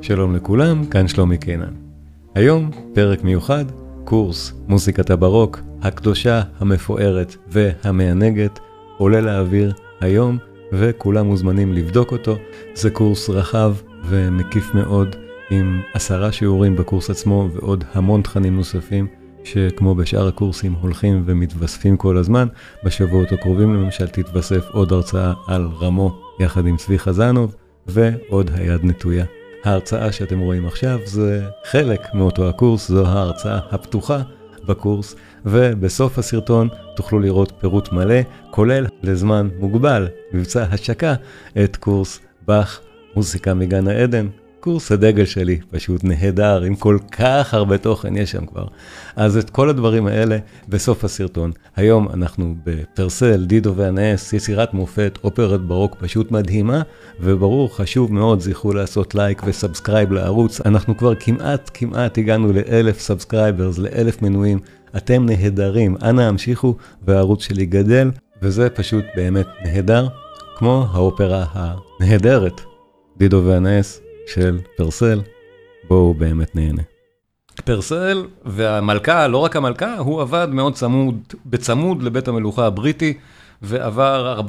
שלום לכולם, כאן שלומי קינן. היום פרק מיוחד, קורס מוזיקת הברוק, הקדושה, המפוארת והמענגת, עולה לאוויר היום, וכולם מוזמנים לבדוק אותו. זה קורס רחב ומקיף מאוד, עם 10 שיעורים בקורס עצמו ועוד המון תכנים נוספים, שכמו בשאר הקורסים הולכים ומתווספים כל הזמן. בשבועות הקרובים למשל תתווסף עוד הרצאה על רמו יחד עם צבי חזנוב, ועוד היד נטויה. ההרצאה שאתם רואים עכשיו זה חלק מאותו הקורס, זו ההרצאה הפתוחה בקורס, ובסוף הסרטון תוכלו לראות פירוט מלא, כולל לזמן מוגבל, מבצע השקה, את קורס באך מוזיקה מגן העדן. קורס הדגל שלי, פשוט נהדר, עם כל כך הרבה תוכן יש שם כבר. אז את כל הדברים האלה בסוף הסרטון. היום אנחנו בפרסל, דידו והנאס, יצירת מופת, אופרת ברוק פשוט מדהימה, וברור, חשוב מאוד, זכרו לעשות לייק וסאבסקרייב לערוץ. אנחנו כבר כמעט הגענו ל1,000 סאבסקרייברס, ל1,000 מנויים. אתם נהדרים, אנא המשיכו, והערוץ שלי גדל, וזה פשוט באמת נהדר, כמו האופרה הנהדרת, דידו והנאס, של פרסל. בואו באמת נהנה. פרסל והמלכה, לא רק המלכה, הוא עבד מאוד בצמוד לבית המלוכה הבריטי, ועבר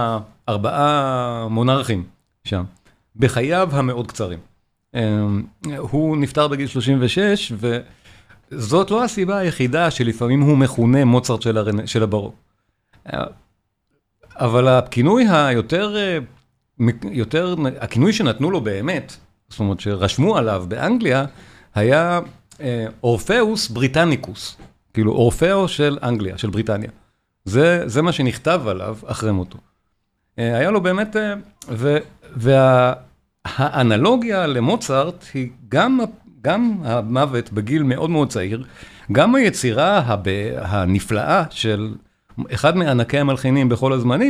4 מונרכים שם, בחייו המאוד קצרים. הוא נפטר בגיל 36, וזאת לא הסיבה היחידה שלפעמים הוא מכונה מוצרט של הברוק. אבל הכינוי הכינוי שנתנו לו באמת, זאת אומרת שרשמו עליו באנגליה, היה אורפאוס בריטניקוס, כאילו אורפאו של אנגליה, של בריטניה. זה מה שנכתב עליו אחרי מותו. היה לו באמת, והאנלוגיה למוצרט היא גם המוות בגיל מאוד מאוד צעיר, גם היצירה הנפלאה של אחד מענקי המלחינים בכל הזמנים,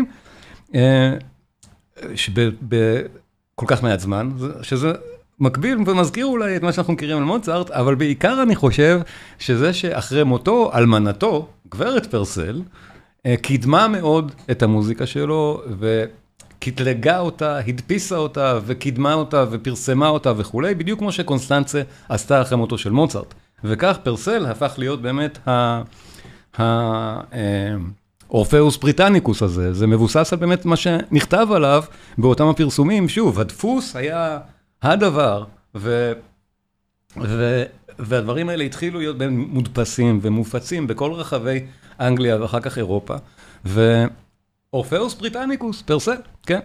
כל כך מעט זמן, שזה מקביל ומזכיר אולי את מה שאנחנו מכירים על מוצרט, אבל בעיקר אני חושב שזה שאחרי מותו, אלמנתו, גברת פרסל, קידמה מאוד את המוזיקה שלו, וקטלגה אותה, הדפיסה אותה, וקידמה אותה, ופרסמה אותה וכולי, בדיוק כמו שקונסטנצה עשתה אחרי מותו של מוצרט. וכך פרסל הפך להיות באמת אורפאוס בריטניקוס הזה. זה מבוסס על באמת מה שנכתב עליו באותם הפרסומים. שוב, הדפוס היה הדבר, והדברים האלה התחילו להיות מודפסים ומופצים בכל רחבי אנגליה ואחר כך אירופה. ואורפאוס בריטניקוס, פרסל, כן.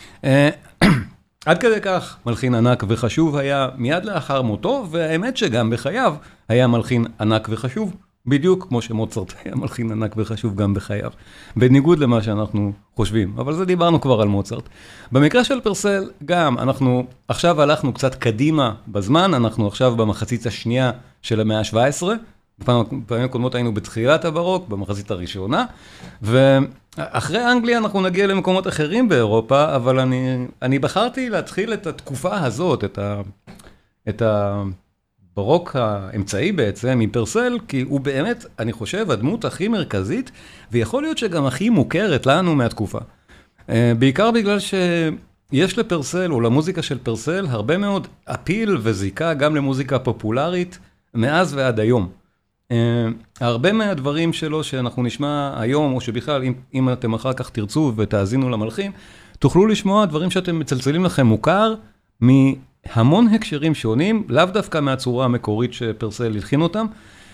עד כדי כך מלחין ענק וחשוב היה מיד לאחר מותו, והאמת שגם בחייו היה מלחין ענק וחשוב. בדיוק כמו שמוצרט היה מלחין ענק וחשוב גם בחייו, בניגוד למה שאנחנו חושבים, אבל זה דיברנו כבר על מוצרט. במקרה של פרסל גם, אנחנו עכשיו הלכנו קצת קדימה בזמן, אנחנו עכשיו במחצית השנייה של המאה ה-17, בפעמים קודמות היינו בתחילת הברוק, במחצית הראשונה, ואחרי אנגליה אנחנו נגיע למקומות אחרים באירופה, אבל אני בחרתי להתחיל את התקופה הזאת, את ברוק האמצעי בעצם מפרסל, כי הוא באמת, אני חושב, הדמות הכי מרכזית, ויכול להיות שגם הכי מוכרת לנו מהתקופה. בעיקר בגלל שיש לפרסל, או למוזיקה של פרסל, הרבה מאוד אפיל וזיקה גם למוזיקה פופולרית, מאז ועד היום. הרבה מהדברים שלו שאנחנו נשמע היום, או שבכלל, אם אתם אחר כך תרצו ותאזינו למלחין, תוכלו לשמוע דברים שאתם מצלצלים לכם מוכר, המון הקשרים שונים, לאו דווקא מהצורה המקורית שפרסל הלחין אותם,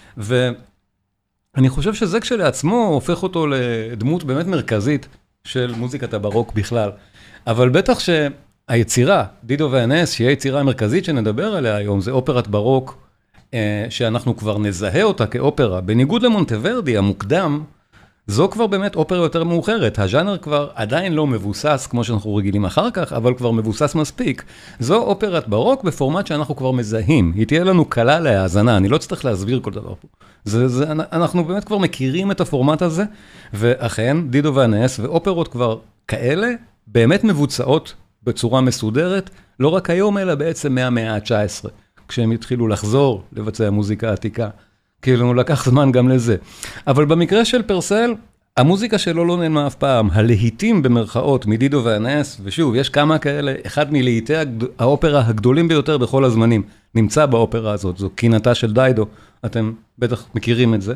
ואני חושב שזה כשלעצמו הופך אותו לדמות באמת מרכזית של מוזיקת הברוק בכלל. אבל בטח שהיצירה, דידו והנאס, שהיא היצירה המרכזית שנדבר עליה היום, זה אופרת ברוק, שאנחנו כבר נזהה אותה כאופרה. בניגוד למונטוורדי המוקדם, זו כבר באמת אופרה יותר מאוחרת. הז'אנר כבר עדיין לא מבוסס, כמו שאנחנו רגילים אחר כך, אבל כבר מבוסס מספיק. זו אופרת ברוק בפורמט שאנחנו כבר מזהים. היא תהיה לנו קלה להאזנה, אני לא צריך להסביר כל דבר פה. אנחנו באמת כבר מכירים את הפורמט הזה, ואכן, דידו והנאס ואופרות כבר כאלה, באמת מבוצעות בצורה מסודרת, לא רק היום, אלא בעצם מהמאה ה-19, כשהם התחילו לחזור לבצע מוזיקה עתיקה. כאילו לקח זמן גם לזה. אבל במקרה של פרסל, המוזיקה שלו לא נעלמה אף פעם, הלהיטים במרכאות מדידו ואנס, ושוב, יש כמה כאלה, אחד מלהיטי האופרה הגדולים ביותר בכל הזמנים, נמצא באופרה הזאת, זו קינתה של דיידו, אתם בטח מכירים את זה.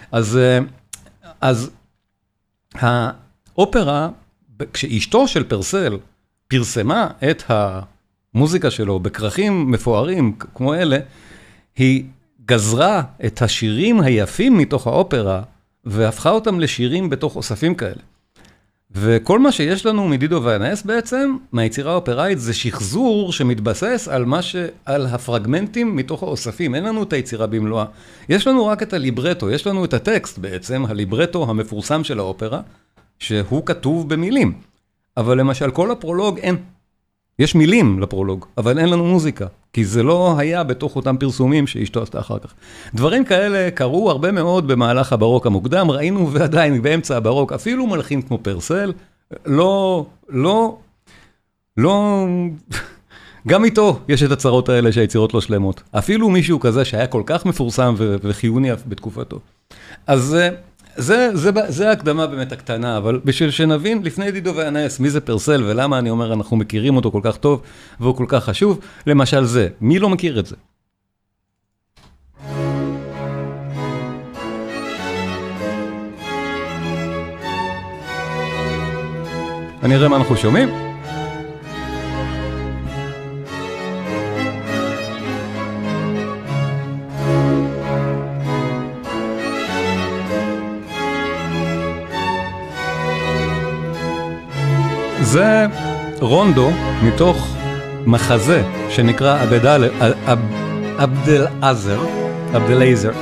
אז האופרה, כשאשתו של פרסל פרסמה את המוזיקה שלו בכרכים מפוארים כמו אלה, היא גזרה את השירים היפים מתוך האופרה, והפכה אותם לשירים בתוך אוספים כאלה. וכל מה שיש לנו מדידו ואנס בעצם, מהיצירה האופראית, זה שחזור שמתבסס על הפרגמנטים מתוך האוספים. אין לנו את היצירה במלואה. יש לנו רק את הליברטו, יש לנו את הטקסט בעצם, הליברטו המפורסם של האופרה, שהוא כתוב במילים. אבל למשל, כל הפרולוג אין. יש מילים לפרולוג, אבל אין לנו מוזיקה, כי זה לא היה בתוך אותם פרסומים שאשתו עשתה אחר כך. דברים כאלה קרו הרבה מאוד במהלך הברוק המוקדם, ראינו ועדיין באמצע הברוק, אפילו מלחין כמו פרסל, גם איתו יש את הצרות האלה שהיצירות לא שלמות. אפילו מישהו כזה שהיה כל כך מפורסם וחיוני בתקופתו. אז זה ההקדמה באמת הקטנה, אבל בשביל שנבין לפני דידו ואנס מי זה פרסל ולמה אני אומר אנחנו מכירים אותו כל כך טוב והוא כל כך חשוב, למשל זה, מי לא מכיר את זה? אני אראה מה אנחנו שומעים. זה רונדו מתוך מחזה שנקרא עבדלעזר.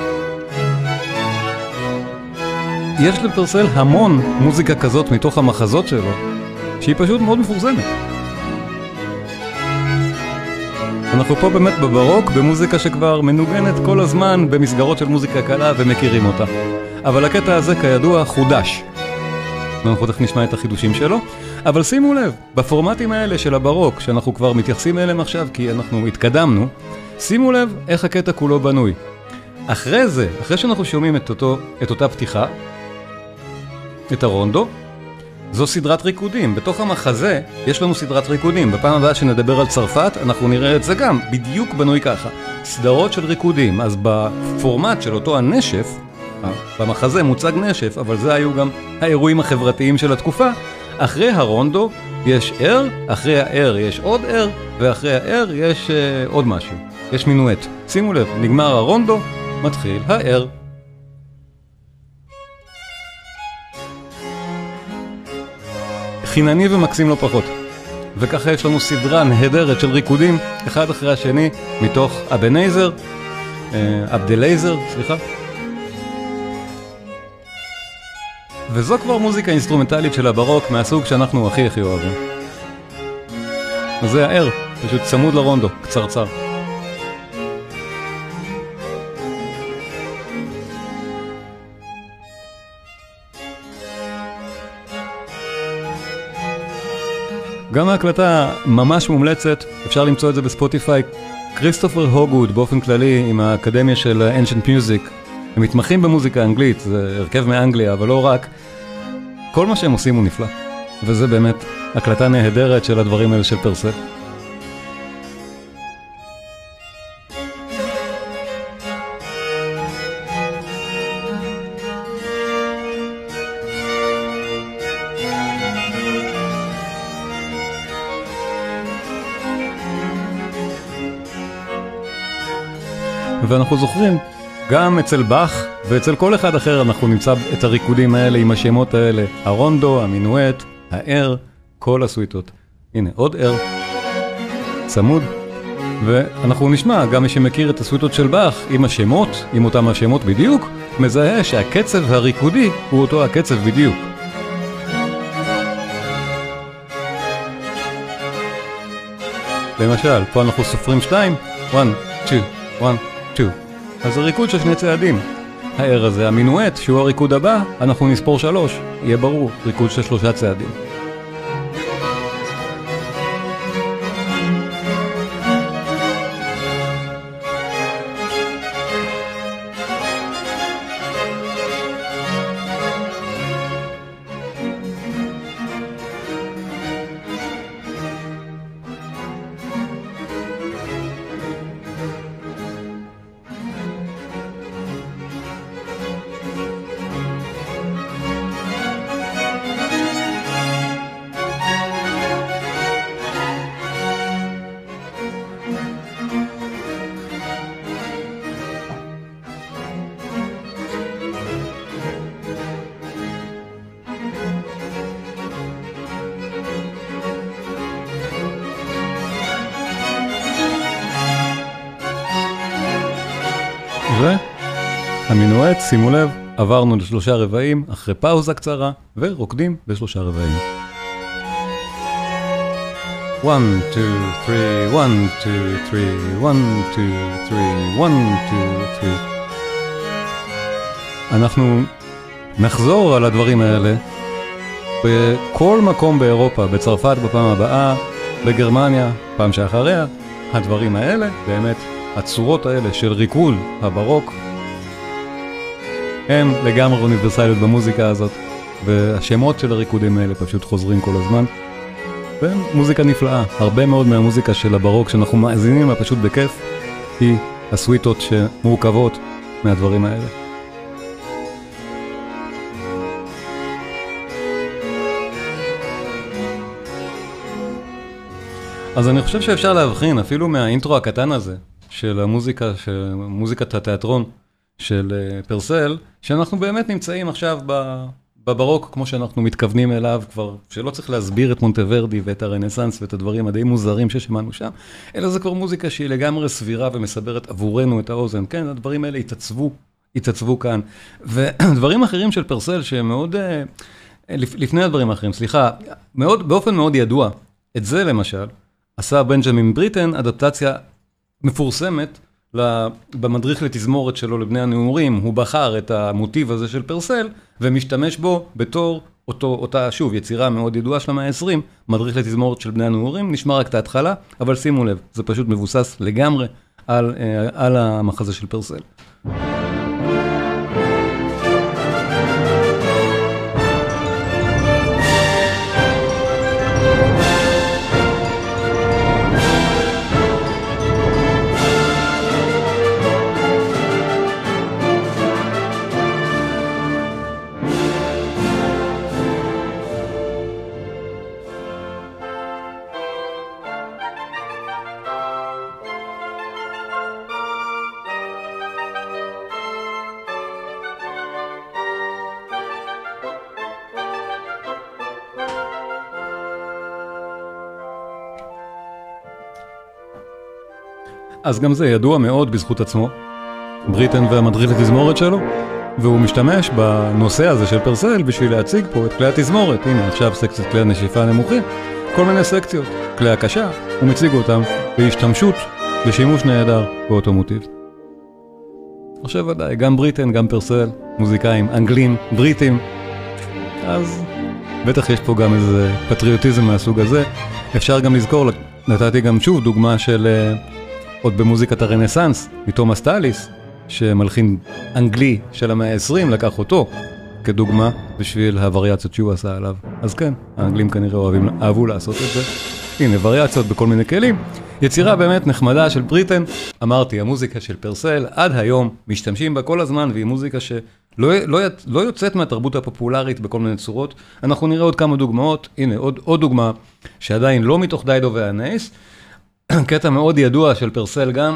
יש לפרסל המון מוזיקה כזאת מתוך המחזות שלו, שהיא פשוט מאוד מפורסמת. אנחנו פה באמת בברוק, במוזיקה שכבר מנוגנת כל הזמן במסגרות של מוזיקה קלה ומכירים אותה. אבל הקטע הזה כידוע חודש. ואנחנו תכף נשמע את החידושים שלו. אבל שימו לב, בפורמטים האלה של הברוק, שאנחנו כבר מתייחסים אליהם עכשיו כי אנחנו התקדמנו, שימו לב איך הקטע כולו בנוי. אחרי זה, אחרי שאנחנו שומעים את אותה פתיחה, את הרונדו, זו סדרת ריקודים. בתוך המחזה יש לנו סדרת ריקודים. בפעם הבאה שנדבר על צרפת, אנחנו נראה את זה גם, בדיוק בנוי ככה. סדרות של ריקודים. אז בפורמט של אותו הנשף, במחזה מוצג נשף, אבל זה היו גם האירועים החברתיים של התקופה. אחרי הרונדו יש ער, אחרי הער יש עוד ער, ואחרי הער יש עוד משהו. יש מינואט. שימו לב, נגמר הרונדו, מתחיל הער. חינני ומקסים לא פחות. וככה יש לנו סדרה נהדרת של ריקודים, אחד אחרי השני, מתוך עבדלעזר, סליחה. וזו כבר מוזיקה אינסטרומנטלית של הברוק מהסוג שאנחנו הכי אוהבים. אז זה הער, פשוט צמוד לרונדו, קצרצר. גם ההקלטה ממש מומלצת, אפשר למצוא את זה בספוטיפיי. כריסטופר הוגווד באופן כללי עם האקדמיה של Ancient Music, הם מתמחים במוזיקה אנגלית, זה הרכב מאנגליה, אבל לא רק. כל מה שהם עושים הוא נפלא. וזה באמת הקלטה נהדרת של הדברים האלה של פרסל. ואנחנו זוכרים, גם אצל באך ואצל כל אחד אחר אנחנו נמצא את הריקודים האלה עם השמות האלה. הרונדו, המינואט, הער, כל הסוויטות. הנה, עוד ער, צמוד. ואנחנו נשמע, גם מי שמכיר את הסוויטות של באך, עם השמות, עם אותם השמות בדיוק, מזהה שהקצב הריקודי הוא אותו הקצב בדיוק. למשל, פה אנחנו סופרים 2, 1, 2, 1, 2. אז הריקוד של 2 צעדים. הער הזה, המינואט, שהוא הריקוד הבא, אנחנו נספור 3. יהיה ברור, ריקוד של 3 צעדים. המינואט, שימו לב, עברנו לשלושה רבעים, אחרי פאוזה קצרה, ורוקדים בשלושה רבעים. 1, 2, 3, 1, 2, 3, 1, 2, 3, 1, 2, 3. אנחנו נחזור על הדברים האלה בכל מקום באירופה, בצרפת בפעם הבאה, בגרמניה, פעם שאחריה. הדברים האלה, באמת, הצורות האלה של ריקוד הברוק, הם לגמרי אוניברסליות במוזיקה הזאת, והשמות של הריקודים האלה פשוט חוזרים כל הזמן. ומוזיקה נפלאה, הרבה מאוד מהמוזיקה של הברוק שאנחנו מאזינים לה פשוט בכיף, היא הסוויטות שמורכבות מהדברים האלה. אז אני חושב שאפשר להבחין אפילו מהאינטרו הקטן הזה של המוזיקה, של מוזיקת התיאטרון של פרסל, שאנחנו באמת נמצאים עכשיו בברוק כמו שאנחנו מתכוונים אליו כבר, שלא צריך להסביר את מונטוורדי ואת הרנסנס ואת הדברים הדי מוזרים ששמענו שם, אלא זה כבר מוזיקה שהיא לגמרי סבירה ומסברת עבורנו את האוזן. כן, הדברים האלה התעצבו כאן. ודברים אחרים של פרסל שמאוד, לפני הדברים האחרים, סליחה, באופן מאוד ידוע, את זה למשל, עשה בנג'מין בריטן אדפטציה מפורסמת במדריך לתזמורת שלו לבני הנעורים. הוא בחר את המוטיב הזה של פרסל ומשתמש בו בתור אותה שוב יצירה מאוד ידועה של המאה ה-20, מדריך לתזמורת של בני הנעורים. נשמע רק את ההתחלה, אבל שימו לב, זה פשוט מבוסס לגמרי על המחזה של פרסל. אז גם זה ידוע מאוד בזכות עצמו, בריטן והמדריך לתזמורת שלו, והוא משתמש בנושא הזה של פרסל בשביל להציג פה את כלי התזמורת. הנה, עכשיו סקציית כלי הנשיפה הנמוכים, כל מיני סקציות, כלי הקשה, הוא מציג אותם בהשתמשות, בשימוש נהדר באותו מוטיב. עכשיו ודאי, גם בריטן, גם פרסל, מוזיקאים, אנגלים, בריטים, אז בטח יש פה גם איזה פטריוטיזם מהסוג הזה. אפשר גם לזכור, נתתי גם שוב דוגמה של עוד במוזיקת הרנסנס, מתומאס טאליס, שמלחין אנגלי של המאה ה-20, לקח אותו כדוגמה בשביל הווריאציות שהוא עשה עליו. אז כן, האנגלים כנראה אהבו לעשות את זה. הנה, וריאציות בכל מיני כלים. יצירה באמת נחמדה של בריטן. אמרתי, המוזיקה של פרסל עד היום משתמשים בה כל הזמן, והיא מוזיקה שלא יוצאת מהתרבות הפופולרית בכל מיני צורות. אנחנו נראה עוד כמה דוגמאות. הנה, עוד דוגמה שעדיין לא מתוך דיידו והנאיס, קטע מאוד ידוע של פרסל גם,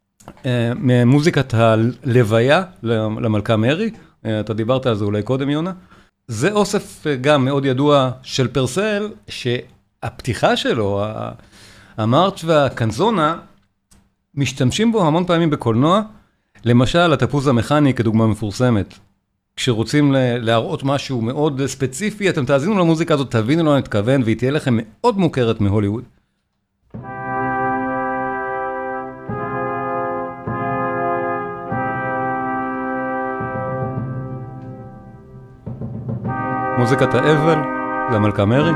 ממוזיקת הלוויה למלכה מרי, אתה דיברת על זה אולי קודם יונה, זה אוסף גם מאוד ידוע של פרסל, שהפתיחה שלו, המרץ' והקנזונה, משתמשים בו המון פעמים בקולנוע, למשל התפוז המכני כדוגמה מפורסמת, כשרוצים להראות משהו מאוד ספציפי, אתם תאזינו למוזיקה הזאת, תבינו לו נתכוון, והיא תהיה לכם מאוד מוכרת מהוליווד. מוזיקת האבל למלכה מרי.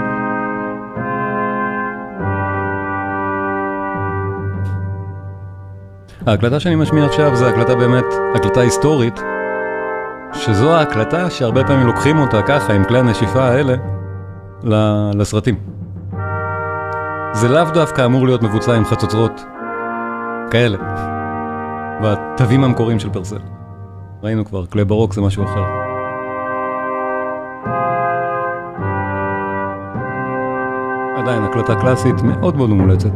ההקלטה שאני משמיע עכשיו זה הקלטה באמת, הקלטה היסטורית, שזו ההקלטה שהרבה פעמים לוקחים אותה ככה עם כלי הנשיפה האלה לסרטים. זה לאו דווקא אמור להיות מבוצע עם חצוצרות כאלה, בתווים המקוריים של פרסל. ראינו כבר, כלי ברוק זה משהו אחר. עדיין הקלטה קלאסית מאוד מאוד מומלצת.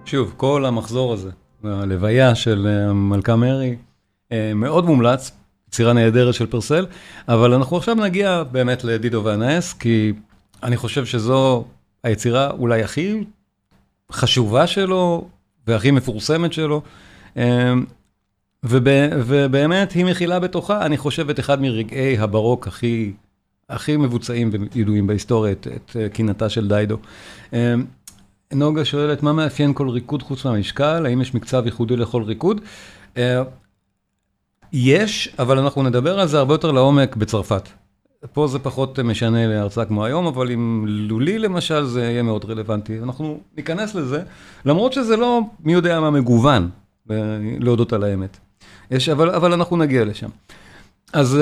שוב, כל המחזור הזה, הלוויה של מלכה מרי, מאוד מומלץ, יצירה נהדרת של פרסל, אבל אנחנו עכשיו נגיע באמת לדידו ואנאס, כי אני חושב שזו היצירה אולי הכי חשובה שלו, והכי מפורסמת שלו, ובאמת היא מכילה בתוכה, אני חושב, את אחד מרגעי הברוק הכי מבוצעים וידועים בהיסטוריה, את קינתה של דיידו. נוגה שואלת, מה מאפיין כל ריקוד חוץ מהמשקל? האם יש מקצב ייחודי לכל ריקוד? יש, אבל אנחנו נדבר על זה הרבה יותר לעומק בצרפת. פה זה פחות משנה להרצאה כמו היום, אבל עם לולי למשל זה יהיה מאוד רלוונטי. אנחנו ניכנס לזה, למרות שזה לא מי יודע מה מגוון, להודות על האמת. אבל אנחנו נגיע לשם. אז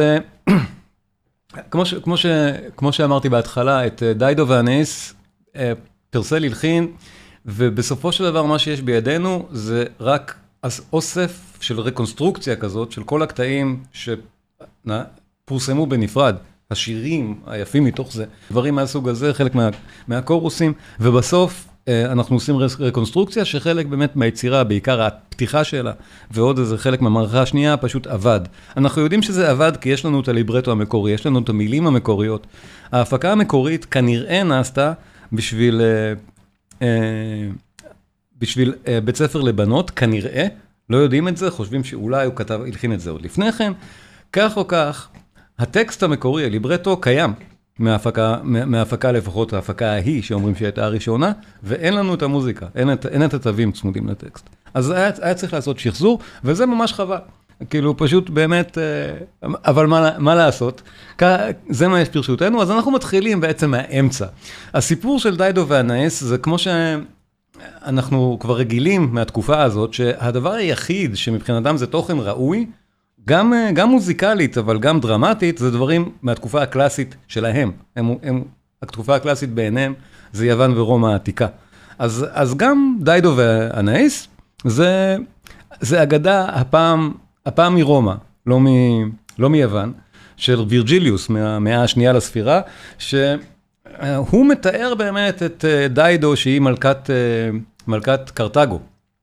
כמו שאמרתי בהתחלה, את דיידו ואנאס, פרסל הלחין, ובסופו של דבר מה שיש בידינו זה רק אוסף של רקונסטרוקציה כזאת, של כל הקטעים שפורסמו בנפרד, השירים היפים מתוך זה, דברים מהסוג הזה, חלק מהקורוסים, ובסוף אנחנו עושים רקונסטרוקציה שחלק באמת מהיצירה, בעיקר הפתיחה שלה, ועוד איזה חלק מהמערכה השנייה, פשוט עבד. אנחנו יודעים שזה עבד כי יש לנו את הליברטו המקורי, יש לנו את המילים המקוריות. ההפקה המקורית כנראה נעשתה בשביל בית ספר לבנות, כנראה, לא יודעים את זה, חושבים שאולי הוא הלחין את זה עוד לפני כן. כך או כך, הטקסט המקורי, הליברטו, קיים מההפקה לפחות, ההפקה ההיא שאומרים שהייתה הראשונה, ואין לנו את המוזיקה, אין את התווים צמודים לטקסט. אז היה צריך לעשות שחזור, וזה ממש חבל. כאילו פשוט באמת, אבל מה לעשות? זה מה יש ברשותנו, אז אנחנו מתחילים בעצם מהאמצע. הסיפור של דיידו ואנאס זה כמו שאנחנו כבר רגילים מהתקופה הזאת, שהדבר היחיד שמבחינתם זה תוכן ראוי, גם מוזיקלית, אבל גם דרמטית, זה דברים מהתקופה הקלאסית שלהם. התקופה הקלאסית בעיניהם זה יוון ורומא העתיקה. אז גם דיידו ואנאס, זה אגדה הפעם מרומא, לא מיוון, של וירג'יליוס מהמאה השנייה לספירה, שהוא מתאר באמת את דיידו שהיא מלכת קרתגו.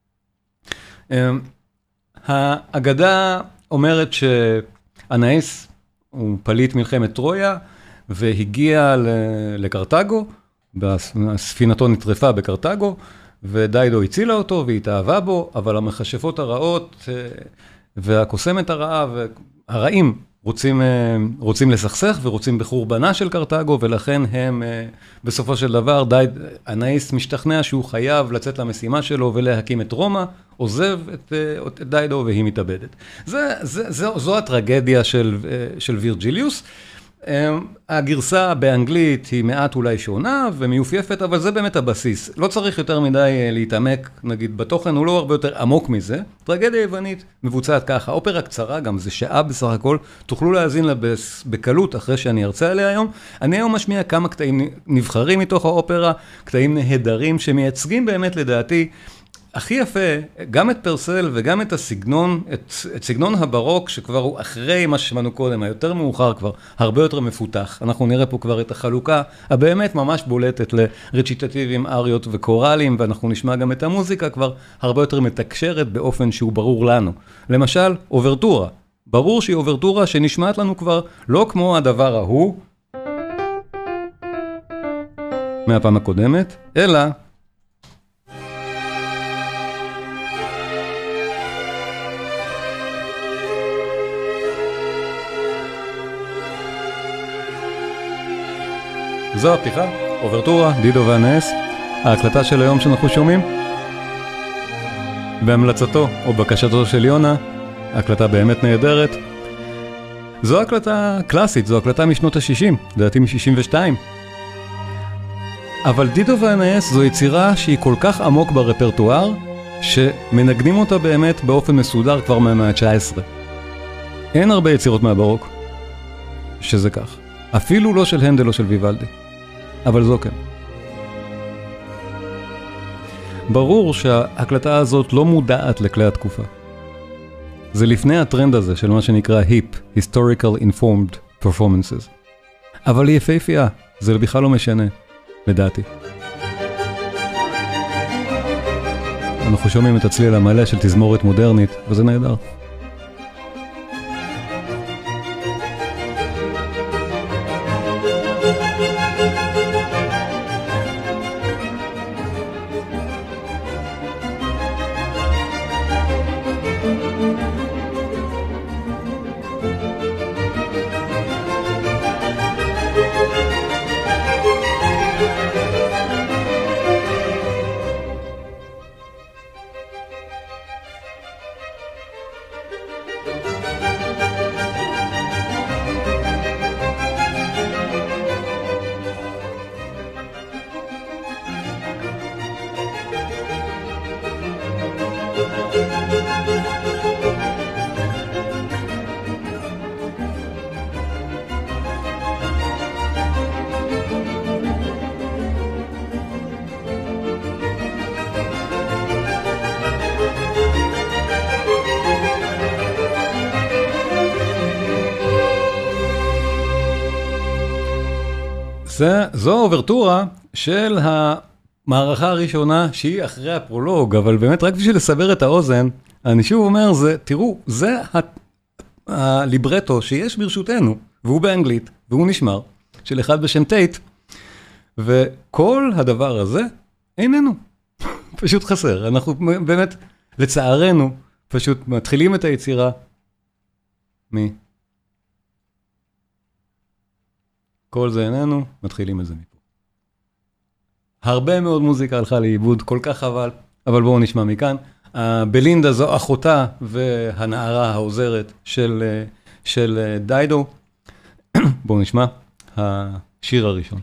האגדה אומרת שאנאס הוא פליט מלחמת טרויה, והגיע לקרתגו, ספינתו נטרפה בקרתגו, ודיידו הצילה אותו והתאהבה בו, אבל המכשפות הרעות והקוסמת הרעה והרעים רוצים לסכסך ורוצים בחורבנה של קרתגו, ולכן הם בסופו של דבר, אנאס משתכנע שהוא חייב לצאת למשימה שלו ולהקים את רומא, עוזב את דיידו והיא מתאבדת. זו הטרגדיה של וירג'יליוס. הגרסה באנגלית היא מעט אולי שונה ומיופייפת, אבל זה באמת הבסיס. לא צריך יותר מדי להתעמק, נגיד, בתוכן, הוא לא הרבה יותר עמוק מזה. טרגדיה יוונית מבוצעת ככה, אופרה קצרה, גם זה שעה בסך הכל, תוכלו להאזין לה בקלות אחרי שאני ארצה עליה היום. אני היום משמיע כמה קטעים נבחרים מתוך האופרה, קטעים נהדרים שמייצגים באמת לדעתי, הכי יפה, גם את פרסל וגם את הסגנון, את סגנון הברוק שכבר הוא אחרי מה ששמענו קודם, היותר מאוחר כבר, הרבה יותר מפותח. אנחנו נראה פה כבר את החלוקה הבאמת ממש בולטת לרציטטיבים, אריות וקורלים, ואנחנו נשמע גם את המוזיקה כבר הרבה יותר מתקשרת באופן שהוא ברור לנו. למשל, אוברטורה. ברור שהיא אוברטורה שנשמעת לנו כבר לא כמו הדבר ההוא מהפעם הקודמת, אלא זו הפתיחה, אוברטורה, דידו ואנאס, ההקלטה של היום שאנחנו שומעים. בהמלצתו או בקשתו של יונה, הקלטה באמת נהדרת. זו הקלטה קלאסית, זו הקלטה משנות ה-60, לדעתי מ-62. אבל דידו ואנאס זו יצירה שהיא כל כך עמוק ברפרטואר, שמנגנים אותה באמת באופן מסודר כבר מהמאה ה-19. אין הרבה יצירות מהברוק שזה כך. אפילו לא של הנדל או של ויוולדי. אבל זו כן. ברור שההקלטה הזאת לא מודעת לכלי התקופה. זה לפני הטרנד הזה של מה שנקרא HIP, Historical Informed Performances. אבל היא יפהפייה, זה בכלל לא משנה, לדעתי. אנחנו שומעים את הצליל המלא של תזמורת מודרנית, וזה נהדר. זו אוברטורה של המערכה הראשונה שהיא אחרי הפרולוג, אבל באמת רק בשביל לסבר את האוזן, אני שוב אומר, תראו, זה הליברטו שיש ברשותנו, והוא באנגלית, והוא נשמר, של אחד בשם טייט, וכל הדבר הזה איננו, פשוט חסר. אנחנו באמת, לצערנו, פשוט מתחילים את היצירה כל זה איננו, מתחילים את זה מפה. הרבה מאוד מוזיקה הלכה לאיבוד, כל כך חבל, אבל בואו נשמע מכאן. בלינדה זו אחותה והנערה העוזרת של דיידו. בואו נשמע השיר הראשון.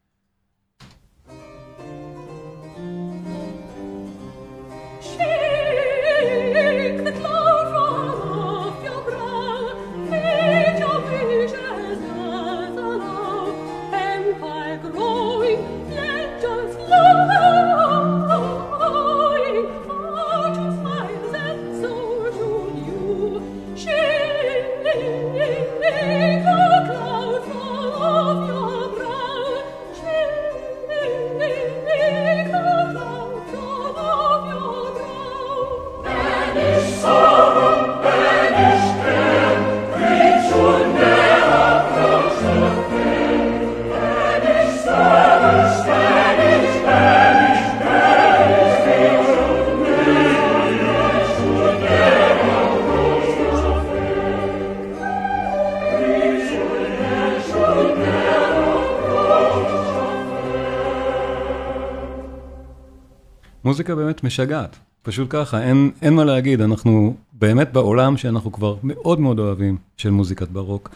מוזיקה באמת משגעת, פשוט ככה, אין מה להגיד, אנחנו באמת בעולם שאנחנו כבר מאוד מאוד אוהבים של מוזיקת ברוק.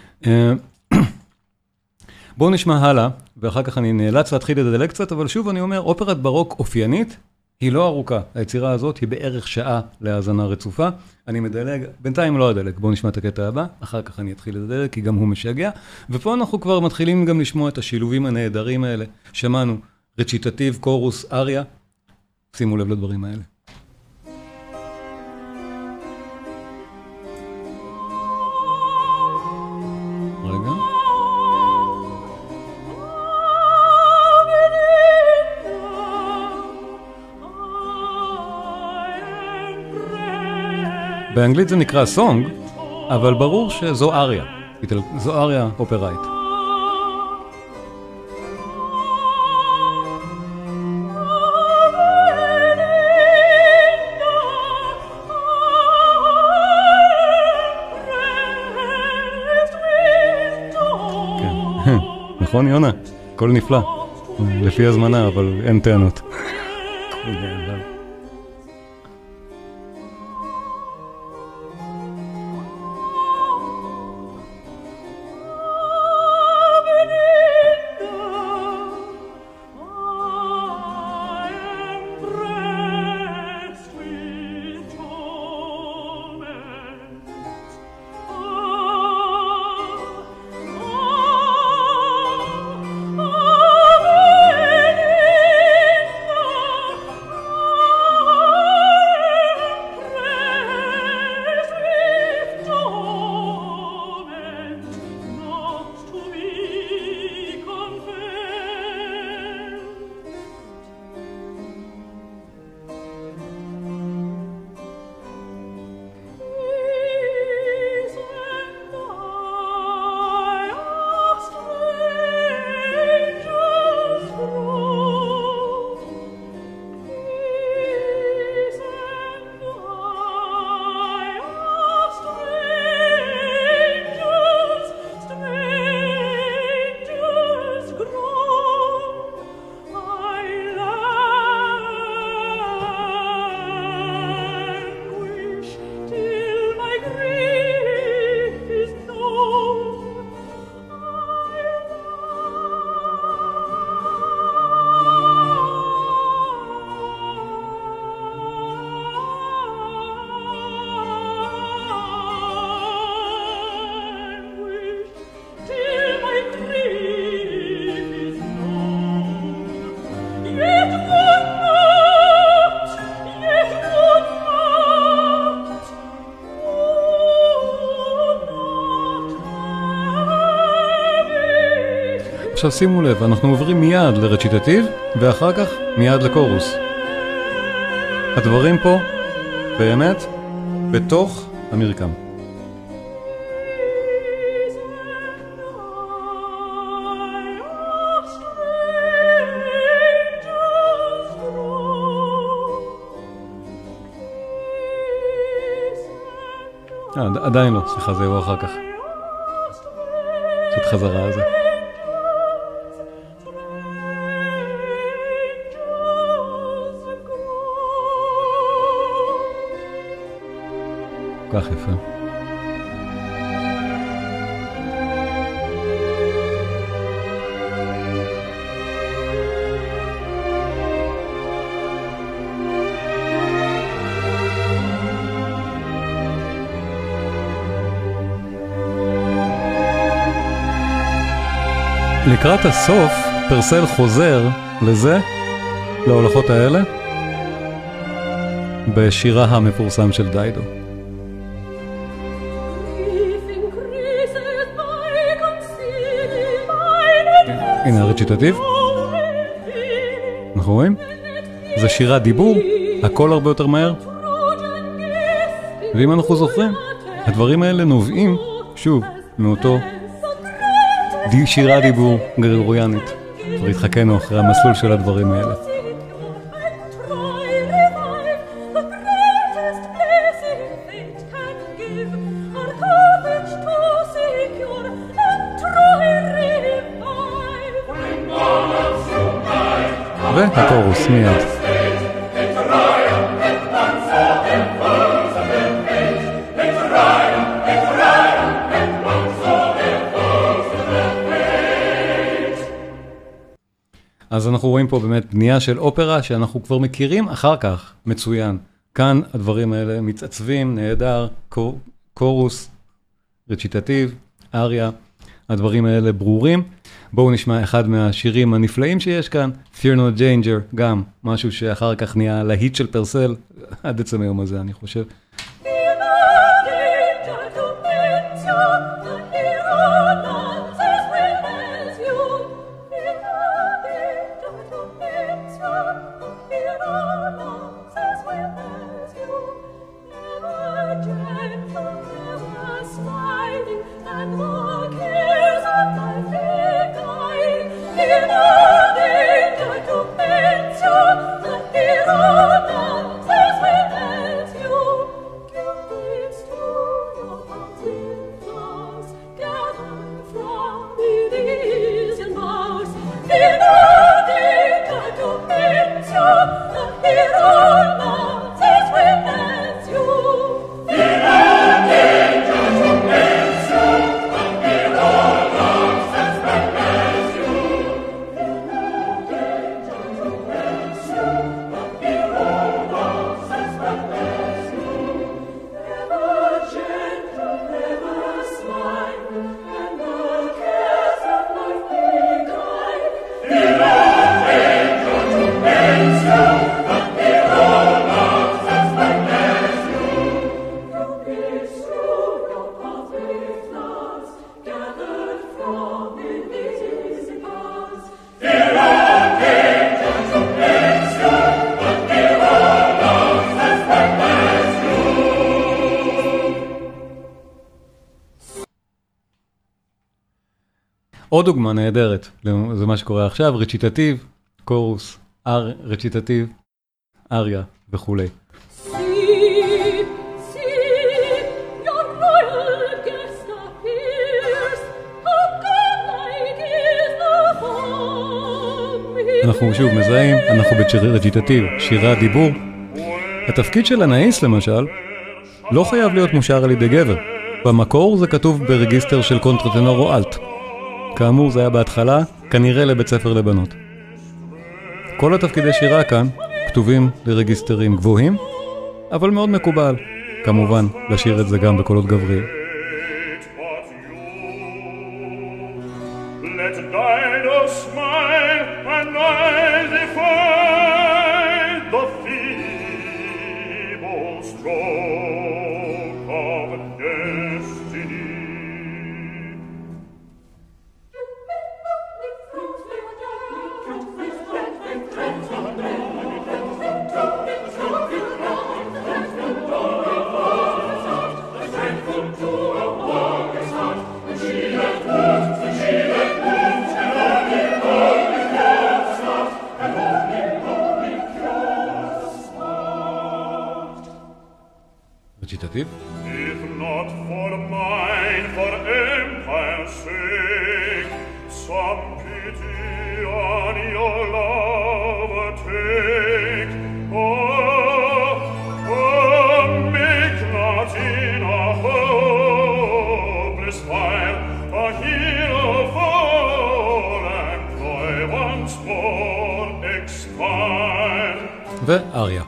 בואו נשמע הלאה, ואחר כך אני נאלץ להתחיל לדלג קצת, אבל שוב אני אומר, אופרת ברוק אופיינית, היא לא ארוכה. היצירה הזאת היא בערך שעה להאזנה רצופה. אני מדלג, בינתיים לא אדלג, בואו נשמע את הקטע הבא, אחר כך אני אתחיל לדלג, כי גם הוא משגע. ופה אנחנו כבר מתחילים גם לשמוע את השילובים הנהדרים האלה. שמענו רציטטיב, קורוס, אריה. שימו לב לדברים האלה. רגע. באנגלית זה נקרא סונג, אבל ברור שזו אריה. זו אריה אופראית. נכון, יונה? הכל נפלא. לפי הזמנה, אבל אין טענות. עכשיו שימו לב, אנחנו עוברים מיד לרציטטיב, ואחר כך מיד לקורוס. הדברים פה, באמת, בתוך המרקם. עדיין לא, סליחה, זה יבוא אחר כך. קצת חזרה על זה. כל כך יפה. לקראת הסוף, פרסל חוזר לזה, להולכות האלה, בשירה המפורסם של דיידו. הנה הרציטטיב. אנחנו רואים? זה שירת דיבור, הכל הרבה יותר מהר. ואם אנחנו זוכרים, הדברים האלה נובעים, שוב, מאותו שירה דיבור גרגוריאנית. והתחכנו אחרי המסלול של הדברים האלה. והקורוס מיד. אז אנחנו רואים פה באמת בנייה של אופרה שאנחנו כבר מכירים אחר כך, מצוין. כאן הדברים האלה מתעצבים, נהדר, קורוס, רציטטיב, אריה, הדברים האלה ברורים. בואו נשמע אחד מהשירים הנפלאים שיש כאן, Fear Not Danger, גם משהו שאחר כך נהיה להיט של פרסל, עד עצם היום הזה אני חושב. עוד דוגמה נהדרת, זה מה שקורה עכשיו, רציטטיב, קורוס, רציטטיב, אריה וכולי. אנחנו שוב מזהים, אנחנו בשיר רציטטיב, שירת דיבור. התפקיד של הנאיס למשל, לא חייב להיות מושר על ידי גבר. במקור זה כתוב ברגיסטר של קונטרטנור או אלט. כאמור זה היה בהתחלה, כנראה לבית ספר לבנות. כל התפקידי שירה כאן כתובים לרגיסטרים גבוהים, אבל מאוד מקובל, כמובן, לשיר את זה גם בקולות גבריים. recitative. If not for mine, for empire's sake, some pity on your love take. Make not in a hopeless fire a hero fall and Troy once more expire. ואריה.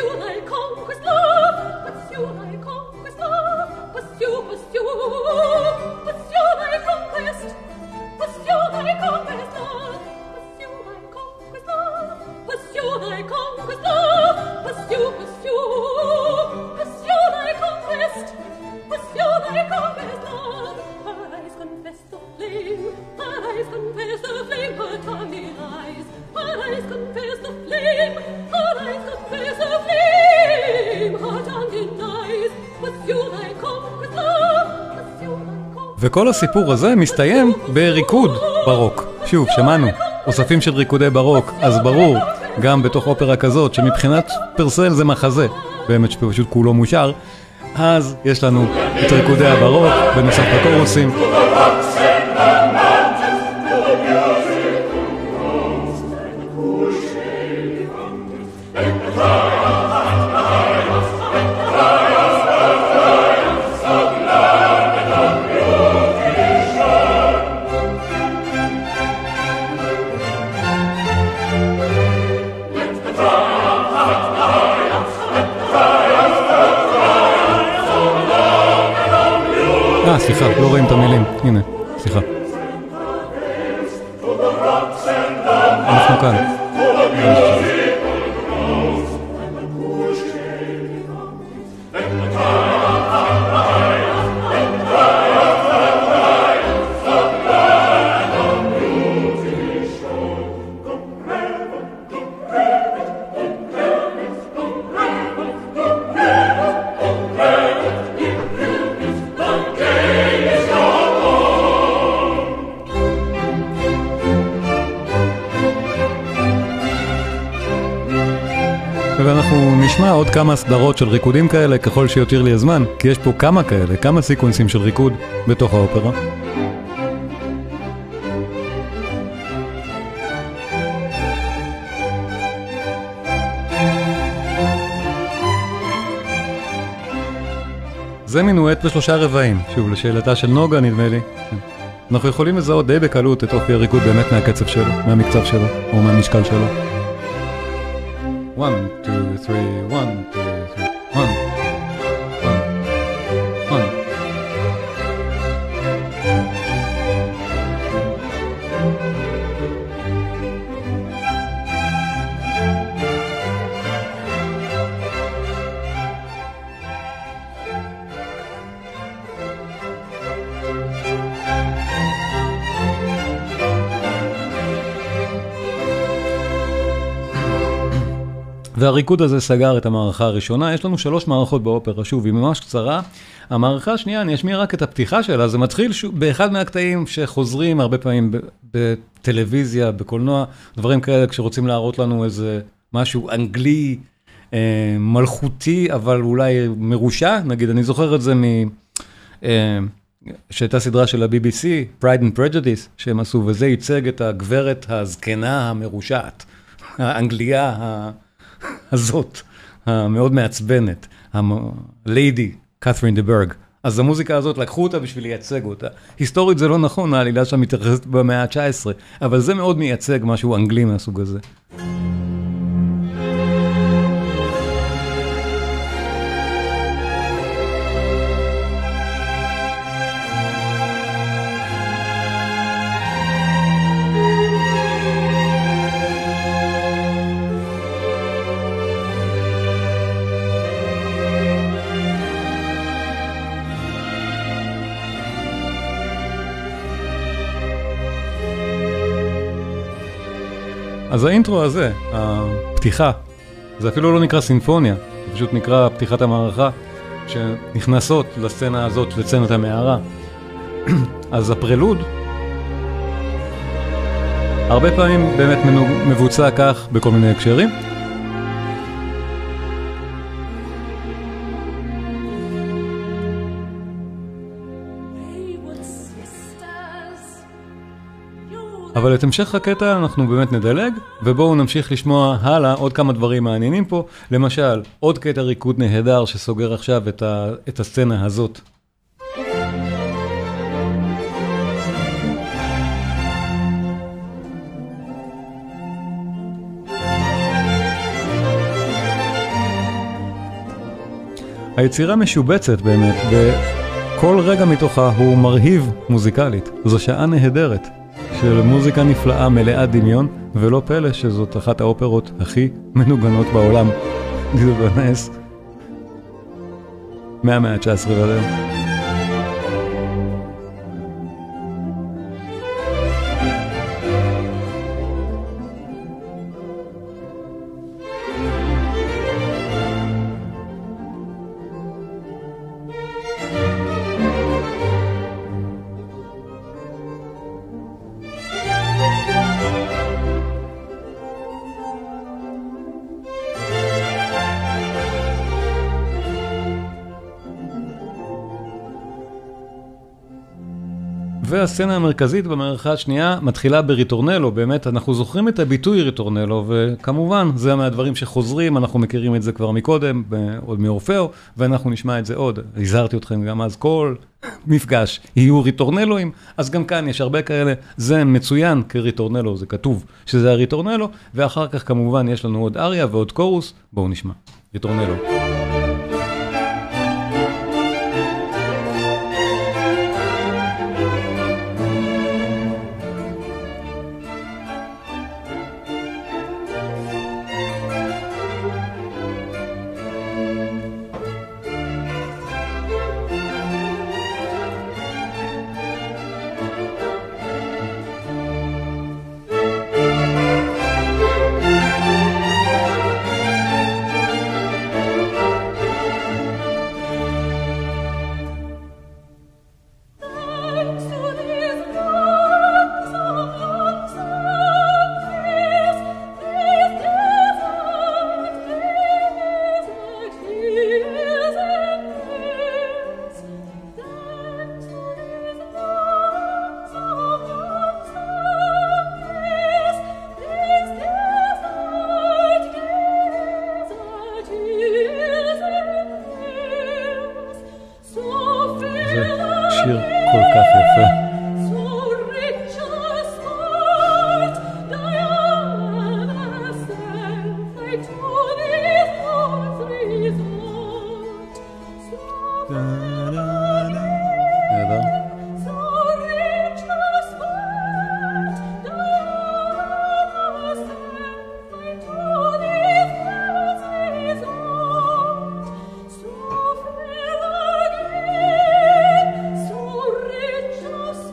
וכל הסיפור הזה מסתיים בריקוד ברוק. שוב, שמענו, אוספים של ריקודי ברוק, אז ברור, גם בתוך אופרה כזאת, שמבחינת פרסל זה מחזה, באמת שפשוט כולו מושר, אז יש לנו את ריקודי הברוק, בנוסף לקורוסים. סליחה, לא רואים את המילים. הנה, סליחה. אנחנו כאן. ואנחנו נשמע עוד כמה סדרות של ריקודים כאלה ככל שיותיר לי הזמן, כי יש פה כמה כאלה, כמה סיקוונסים של ריקוד בתוך האופרה. זה מינואט בשלושה רבעים, שוב לשאלתה של נוגה נדמה לי. אנחנו יכולים לזהות די בקלות את אופי הריקוד באמת מהקצב שלו, מהמקצב שלו או מהמשקל שלו. 1, 2, 3, 1, 2, 3, 1. והריקוד הזה סגר את המערכה הראשונה. יש לנו 3 מערכות באופרה, שוב, היא ממש קצרה. המערכה השנייה, אני אשמיע רק את הפתיחה שלה, זה מתחיל באחד מהקטעים שחוזרים הרבה פעמים בטלוויזיה, בקולנוע, דברים כאלה, כשרוצים להראות לנו איזה משהו אנגלי, מלכותי, אבל אולי מרושע, נגיד, אני זוכר את זה שהייתה סדרה של ה-BBC, Pride and Prejudice, שהם עשו, וזה ייצג את הגברת הזקנה המרושעת, האנגליה הזאת, המאוד מעצבנת, הליידי קת'רין דה ברג. אז המוזיקה הזאת, לקחו אותה בשביל לייצג אותה. היסטורית זה לא נכון, העלילה שם מתרחשת במאה ה-19, אבל זה מאוד מייצג משהו אנגלי מהסוג הזה. אז האינטרו הזה, הפתיחה, זה אפילו לא נקרא סימפוניה, זה פשוט נקרא פתיחת המערכה, שנכנסות לסצנה הזאת, לסצנת המערה. אז הפרלוד הרבה פעמים באמת מבוצע כך בכל מיני הקשרים. אבל את המשך הקטע אנחנו באמת נדלג, ובואו נמשיך לשמוע הלאה עוד כמה דברים מעניינים פה. למשל, עוד קטע ריקוד נהדר שסוגר עכשיו את הסצנה הזאת. היצירה משובצת באמת, וכל רגע מתוכה הוא מרהיב מוזיקלית. זו שעה נהדרת של מוזיקה נפלאה מלאה דמיון, ולא פלא שזאת אחת האופרות הכי מנוגנות בעולם. דיזובנס מהמאה ה-19 ועד היום. והסצנה המרכזית במערכה השנייה מתחילה בריטורנלו. באמת אנחנו זוכרים את הביטוי ריטורנלו, וכמובן זה מהדברים שחוזרים, אנחנו מכירים את זה כבר מקודם, עוד מאורפאו, ואנחנו נשמע את זה עוד. הזהרתי אתכם גם אז, כל מפגש יהיו ריטורנלואים, אז גם כאן יש הרבה כאלה. זה מצוין כריטורנלו, זה כתוב שזה הריטורנלו, ואחר כך כמובן יש לנו עוד אריה ועוד קורוס. בואו נשמע ריטורנלו. שיר כל כך יפה. So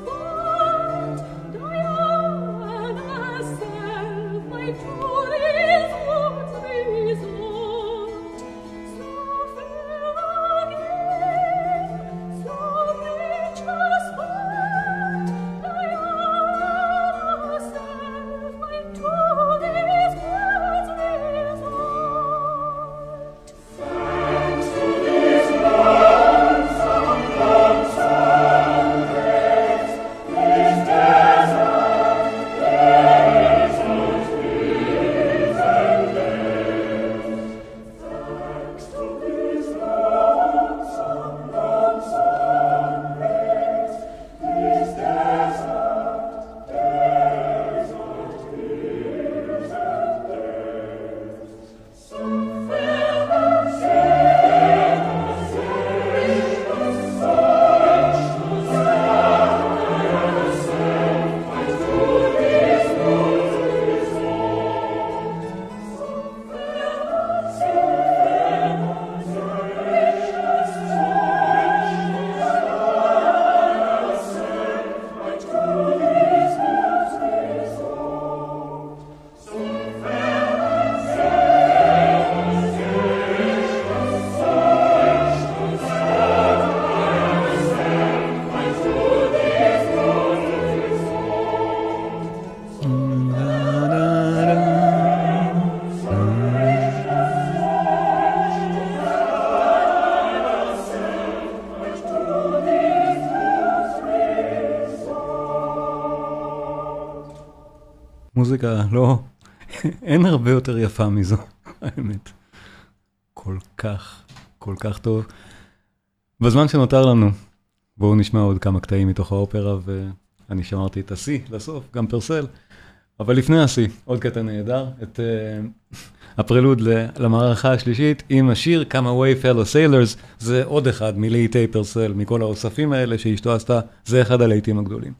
מוזיקה לא, אין הרבה יותר יפה מזו, האמת. כל כך טוב. בזמן שנותר לנו, בואו נשמע עוד כמה קטעים מתוך האופרה, ואני שמרתי את השיא לסוף, גם פרסל, אבל לפני השיא, עוד קטע נהדר, את הפרלוד למערכה השלישית, עם השיר Come Away Fellow Sailors, זה עוד אחד מלהיטי פרסל, מכל האוספים האלה שאשתו עשתה, זה אחד הלהיטים הגדולים.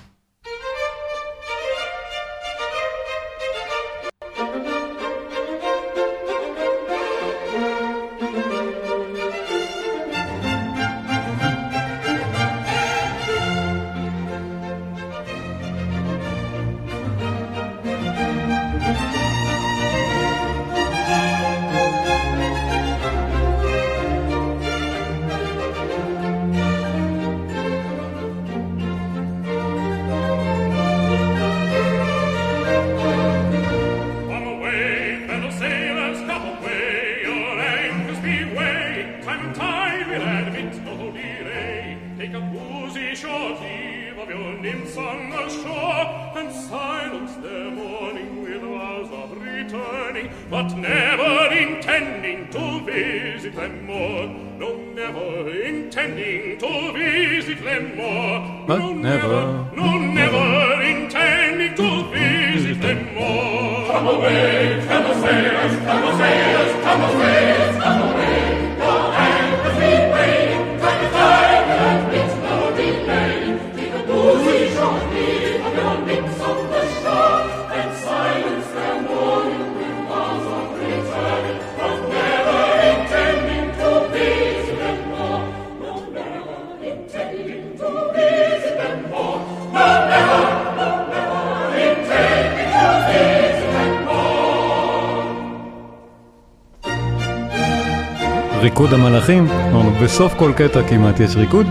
ריקוד המלאכים, בסוף כל קטע כמעט יש ריקוד.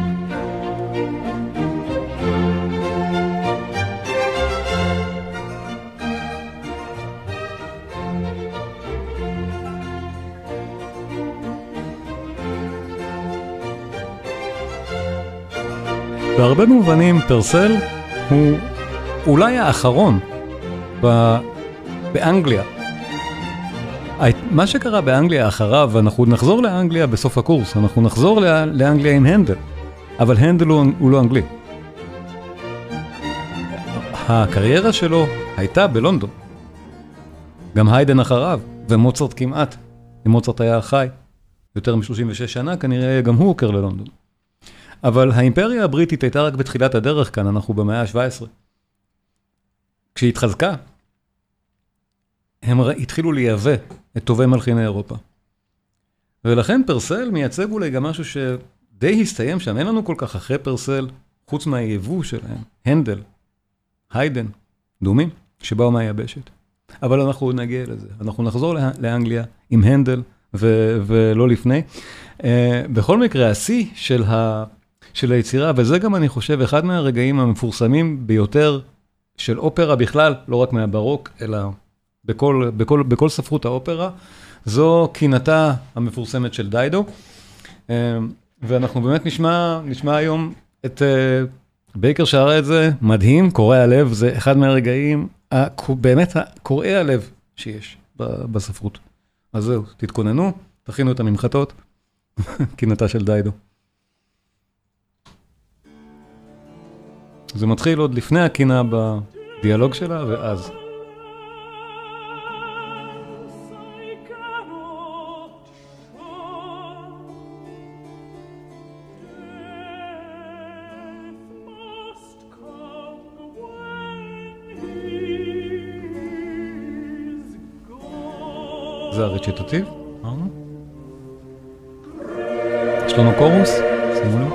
בהרבה מובנים פרסל הוא אולי האחרון באנגליה. מה שקרה באנגליה אחריו, אנחנו נחזור לאנגליה בסוף הקורס, אנחנו נחזור לאנגליה עם הנדל, אבל הנדל הוא לא אנגלי. הקריירה שלו הייתה בלונדון. גם היידן אחריו, ומוצרט כמעט. אם מוצרט היה חי יותר מ-36 שנה, כנראה גם הוא הוכר ללונדון. אבל האימפריה הבריטית הייתה רק בתחילת הדרך כאן, אנחנו במאה ה-17. כשהיא התחזקה, הם התחילו לייבא את טובי מלחיני אירופה. ולכן פרסל מייצג אולי גם משהו שדי הסתיים שם, אין לנו כל כך אחרי פרסל, חוץ מהיבוא שלהם, הנדל, היידן, דומים, שבאו מהיבשת. אבל אנחנו עוד נגיע לזה. אנחנו נחזור לאנגליה עם הנדל ולא לפני. בכל מקרה, השיא של היצירה, וזה גם אני חושב אחד מהרגעים המפורסמים ביותר של אופרה בכלל, לא רק מהברוק, אלא בכל ספרות האופרה, זו קינתה המפורסמת של דיידו, ואנחנו באמת נשמע היום את בייקר שרה את זה, מדהים, קורע הלב, זה אחד מהרגעים באמת קורעי הלב שיש בספרות. אז זהו, תתכוננו, תכינו את הממחטות, קינתה של דיידו. זה מתחיל עוד לפני הקינה בדיאלוג שלה, ואז זה הרציטטיב, אמרנו? יש לנו קורוס, שימו לב.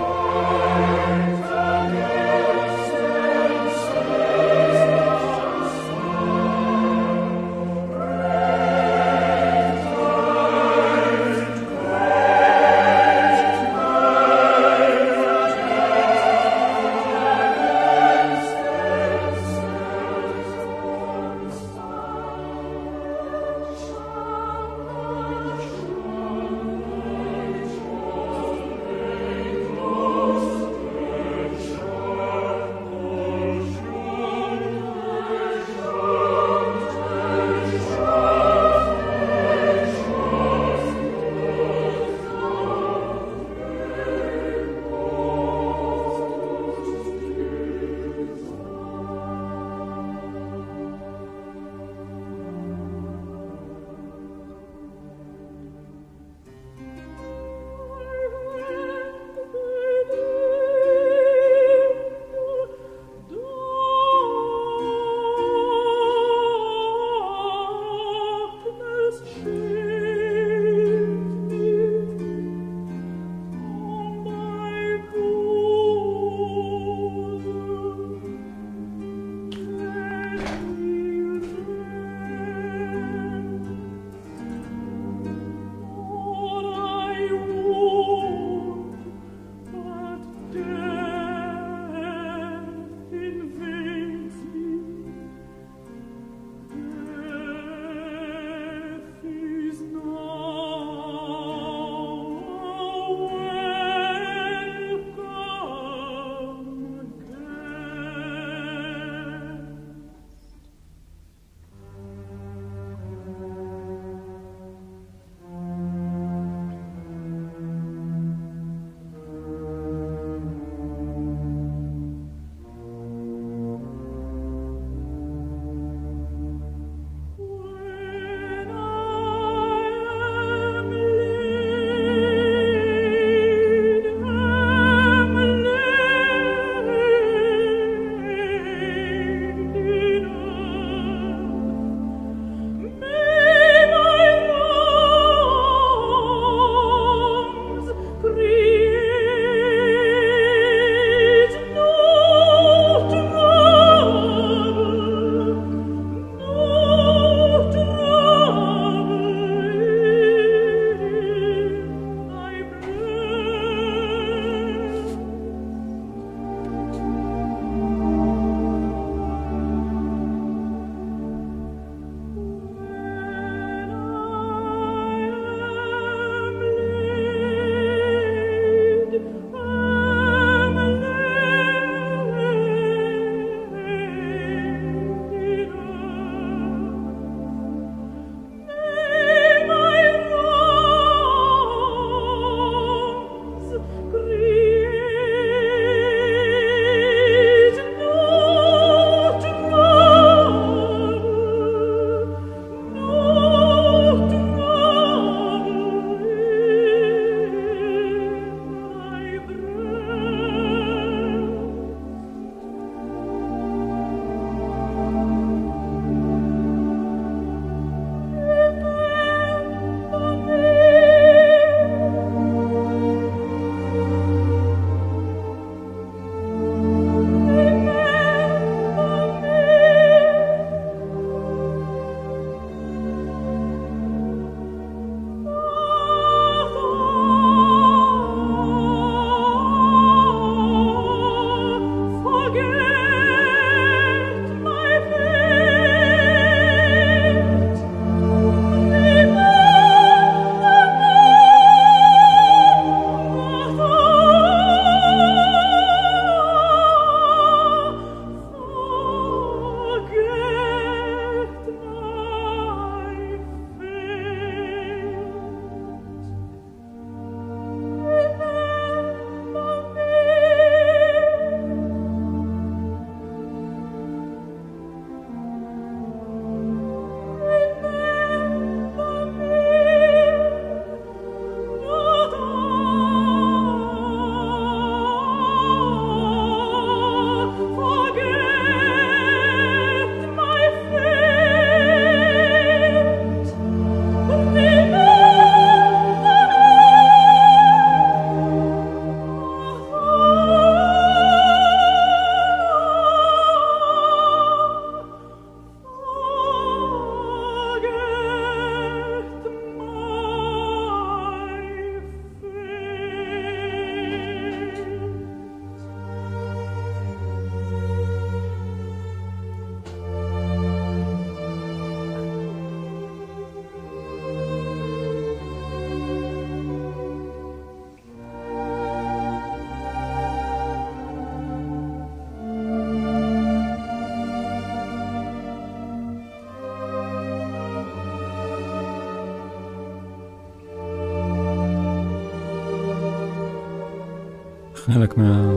חלק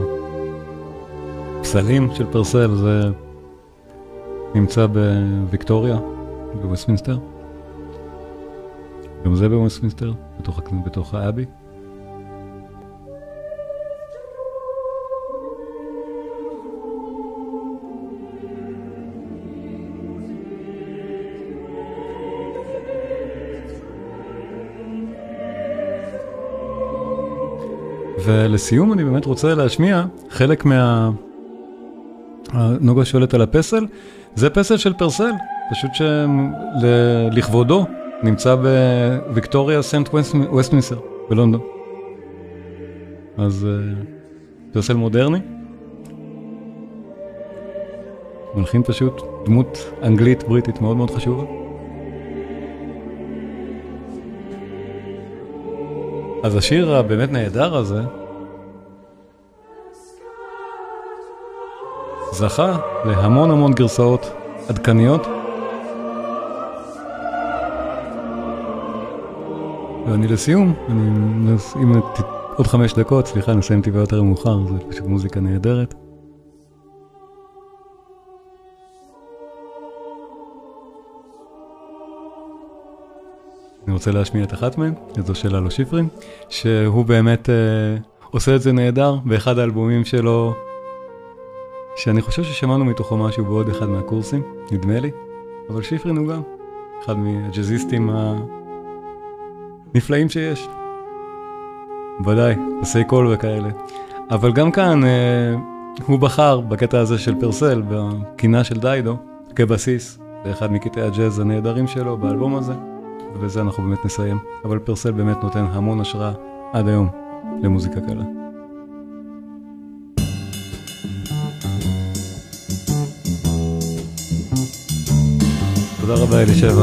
מהפסלים של פרסל, זה נמצא בוויקטוריה, בווסטמינסטר. גם זה בווסטמינסטר, בתוך האבי. ולסיום אני באמת רוצה להשמיע חלק נוגה שואלת על הפסל, זה פסל של פרסל, פשוט שלכבודו נמצא בוויקטוריה סנט ווסטמינסטר בלונדון. אז פרסל מודרני, מלחין פשוט דמות אנגלית בריטית מאוד מאוד חשובה. אז השיר הבאמת נהדר הזה זכה להמון המון גרסאות עדכניות, ואני לסיום, אם עוד 5 דקות, סליחה, נסיים טיפה יותר מאוחר, זה פשוט מוזיקה נהדרת. אני רוצה להשמיע את אחת מהן, את זו של אלו שיפרין, שהוא באמת עושה את זה נהדר באחד האלבומים שלו, שאני חושב ששמענו מתוכו משהו בעוד אחד מהקורסים, נדמה לי, אבל שיפרין הוא גם אחד מהג'אזיסטים הנפלאים שיש. ודאי, עושה קול וכאלה. אבל גם כאן הוא בחר בקטע הזה של פרסל, בקינה של דיידו, כבסיס לאחד מקטעי הג'אז הנהדרים שלו באלבום הזה. ובזה אנחנו באמת נסיים. אבל פרסל באמת נותן המון השראה עד היום למוזיקה קלה. תודה רבה אלישבע.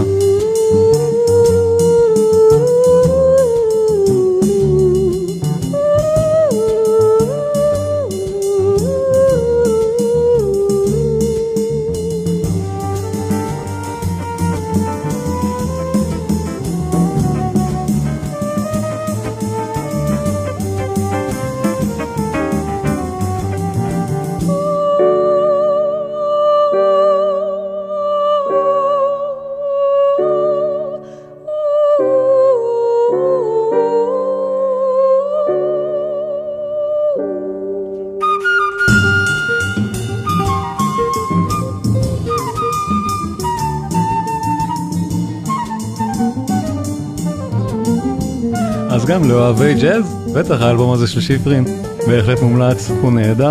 אז גם לאוהבי ג'אז, בטח האלבום הזה של שיפרין, בהחלט מומלץ, הוא נהדר.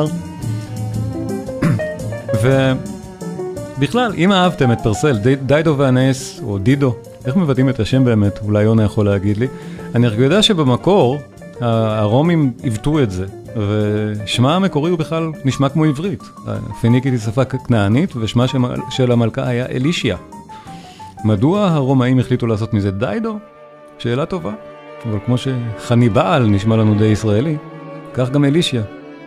ובכלל, אם אהבתם את פרסל, דיידו ואנס, או דידו, איך מבטאים את השם באמת? אולי יונה יכול להגיד לי. אני רק יודע שבמקור, הרומים עיוותו את זה, ושמה המקורי הוא בכלל נשמע כמו עברית. פיניקית היא שפה כנענית, ושמה של המלכה היה אלישיה. מדוע הרומאים החליטו לעשות מזה דיידו? שאלה טובה. אבל כמו שחניבעל נשמע לנו די ישראלי, כך גם אלישיה.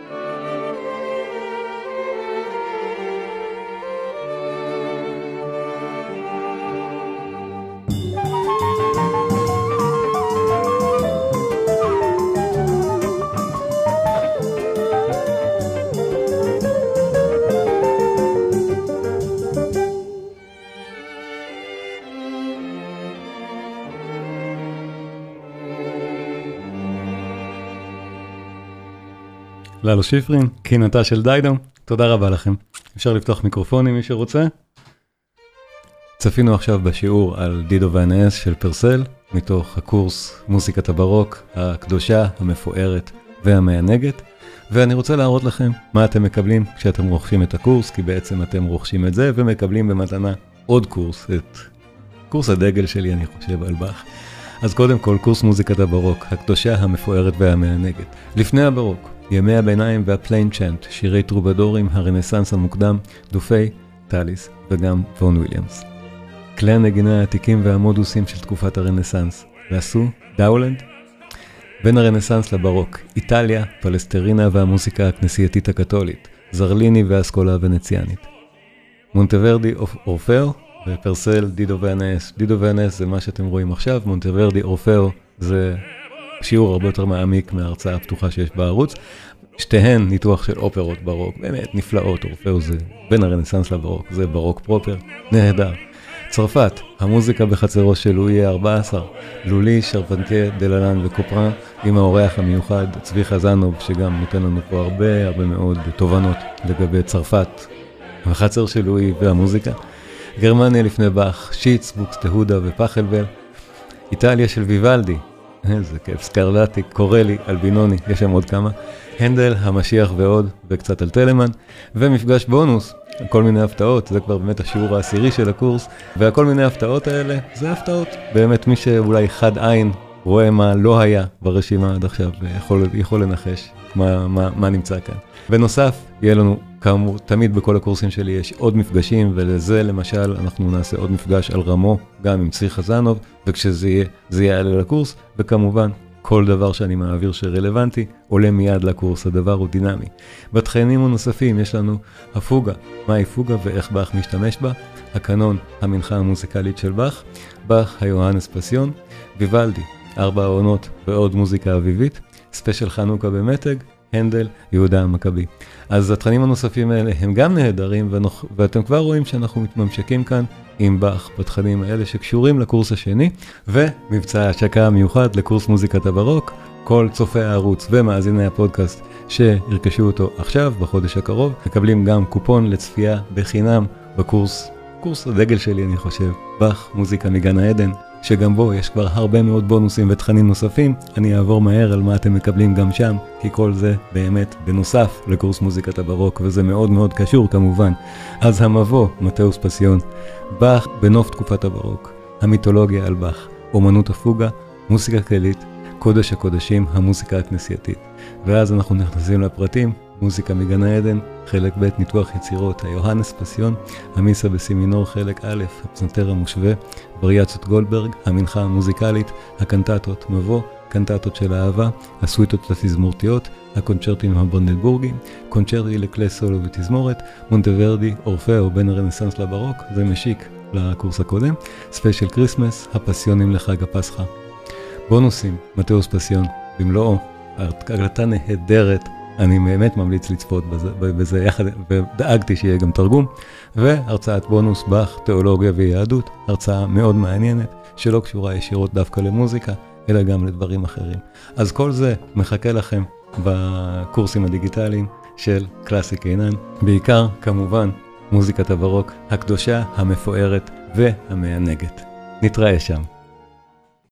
לאלו שיפרין, קינתה של דיידו, תודה רבה לכם. אפשר לפתוח מיקרופונים מי שרוצה. צפינו עכשיו בשיעור על דידו ואנס של פרסל, מתוך הקורס מוסיקת הברוק, הקדושה, המפוארת והמענגת, ואני רוצה להראות לכם מה אתם מקבלים כשאתם רוכשים את הקורס, כי בעצם אתם רוכשים את זה ומקבלים במתנה עוד קורס, את קורס הדגל שלי אני חושב על באך. אז קודם כל קורס מוזיקת הברוק, הקדושה, המפוארת והמענגת. לפני הברוק, ימי הביניים והפליין צ'אנט, שירי טרובדורים, הרנסנס המוקדם, דופי, טליס וגם וון וויליאמס. כלי הנגינה העתיקים והמודוסים של תקופת הרנסנס, ועשו דאולנד. בין הרנסנס לברוק, איטליה, פלסטרינה והמוזיקה הכנסייתית הקתולית, זרליני והאסכולה הוונציאנית. מונטוורדי אורפאו ופרסל דידו ואנס. דידו ואנס זה מה שאתם רואים עכשיו, מונטוורדי אורפאו זה שיעור הרבה יותר מעמיק מההרצאה הפתוחה שיש בערוץ. שתיהן ניתוח של אופרות ברוק, באמת נפלאות, אורפאוס זה בין הרנסנס לברוק, זה ברוק פרופר, נהדר. צרפת, המוזיקה בחצרו של לואי ה-14, לולי, שרפנטייה, דללן וקופרן, עם האורח המיוחד, צבי חזנוב, שגם נותן לנו פה הרבה מאוד תובנות לגבי צרפת, החצר של לואי והמוזיקה. גרמניה לפני באך, שיץ, בוקסטהודה ופחלבל. איטליה של ויוולדי, איזה כיף, סקרלטי, קורלי, אלבינוני, יש שם עוד כמה. הנדל, המשיח ועוד, וקצת על טלמן. ומפגש בונוס, כל מיני הפתעות, זה כבר באמת השיעור העשירי של הקורס, והכל מיני הפתעות האלה, זה הפתעות. באמת מי שאולי חד עין רואה מה לא היה ברשימה עד עכשיו, יכול לנחש מה נמצא כאן. בנוסף, יהיה לנו, כאמור, תמיד בכל הקורסים שלי יש עוד מפגשים, ולזה למשל אנחנו נעשה עוד מפגש על רמו, גם עם צבי חזנוב, וכשזה יהיה, זה יעלה לקורס, וכמובן, כל דבר שאני מעביר שרלוונטי, עולה מיד לקורס, הדבר הוא דינמי. בתכנים הנוספים יש לנו הפוגה, מהי פוגה ואיך באך משתמש בה, הקנון, המנחה המוזיקלית של באך, באך היוהנס פסיון, ויוולדי, 4 עונות ועוד מוזיקה אביבית, ספיישל חנוכה במתג, הנדל, יהודה המכבי. אז התכנים הנוספים האלה הם גם נהדרים, ואתם כבר רואים שאנחנו מתממשקים כאן עם באך בתכנים האלה שקשורים לקורס השני, ומבצע ההשקה המיוחד לקורס מוזיקת הברוק, כל צופי הערוץ ומאזיני הפודקאסט שירכשו אותו עכשיו, בחודש הקרוב, מקבלים גם קופון לצפייה בחינם בקורס, קורס הדגל שלי אני חושב, באך מוזיקה מגן העדן, שגם בו יש כבר הרבה מאוד בונוסים ותכנים נוספים. אני אעבור מהר על מה אתם מקבלים גם שם, כי כל זה באמת בנוסף לקורס מוזיקת הברוק, וזה מאוד מאוד קשור כמובן. אז המבוא, מתאוס פסיון, באך בנוף תקופת הברוק, המיתולוגיה על באך, אומנות הפוגה, מוזיקה כללית, קודש הקודשים, המוזיקה הכנסייתית. ואז אנחנו נכנסים לפרטים, מוזיקה מגן העדן, חלק ב' ניתוח יצירות, היוהנס פסיון, המיסה בסימינור חלק א', הפסנתר המושווה, וריאציות גולדברג, המנחה המוזיקלית, הקנטטות מבוא, קנטטות של אהבה, הסוויטות התזמורתיות, הקונצ'רטים הברנדנבורגיים, קונצ'רטי לכלי סולו ותזמורת, מונטוורדי, אורפאו בין הרנסנס לברוק, זה משיק לקורס הקודם, ספיישל קריסמס, הפסיונים לחג הפסחה. בונוסים, מתאוס פסיון, במלואו, הקלטה נהדרת, אני באמת ממליץ לצפות בזה יחד, ודאגתי שיהיה גם תרגום, והרצאת בונוס באך, תיאולוגיה ויהדות, הרצאה מאוד מעניינת, שלא קשורה ישירות דווקא למוזיקה, אלא גם לדברים אחרים. אז כל זה מחכה לכם בקורסים הדיגיטליים של קלאסי קינן, בעיקר כמובן מוזיקת הברוק, הקדושה, המפוארת והמענגת. נתראה שם.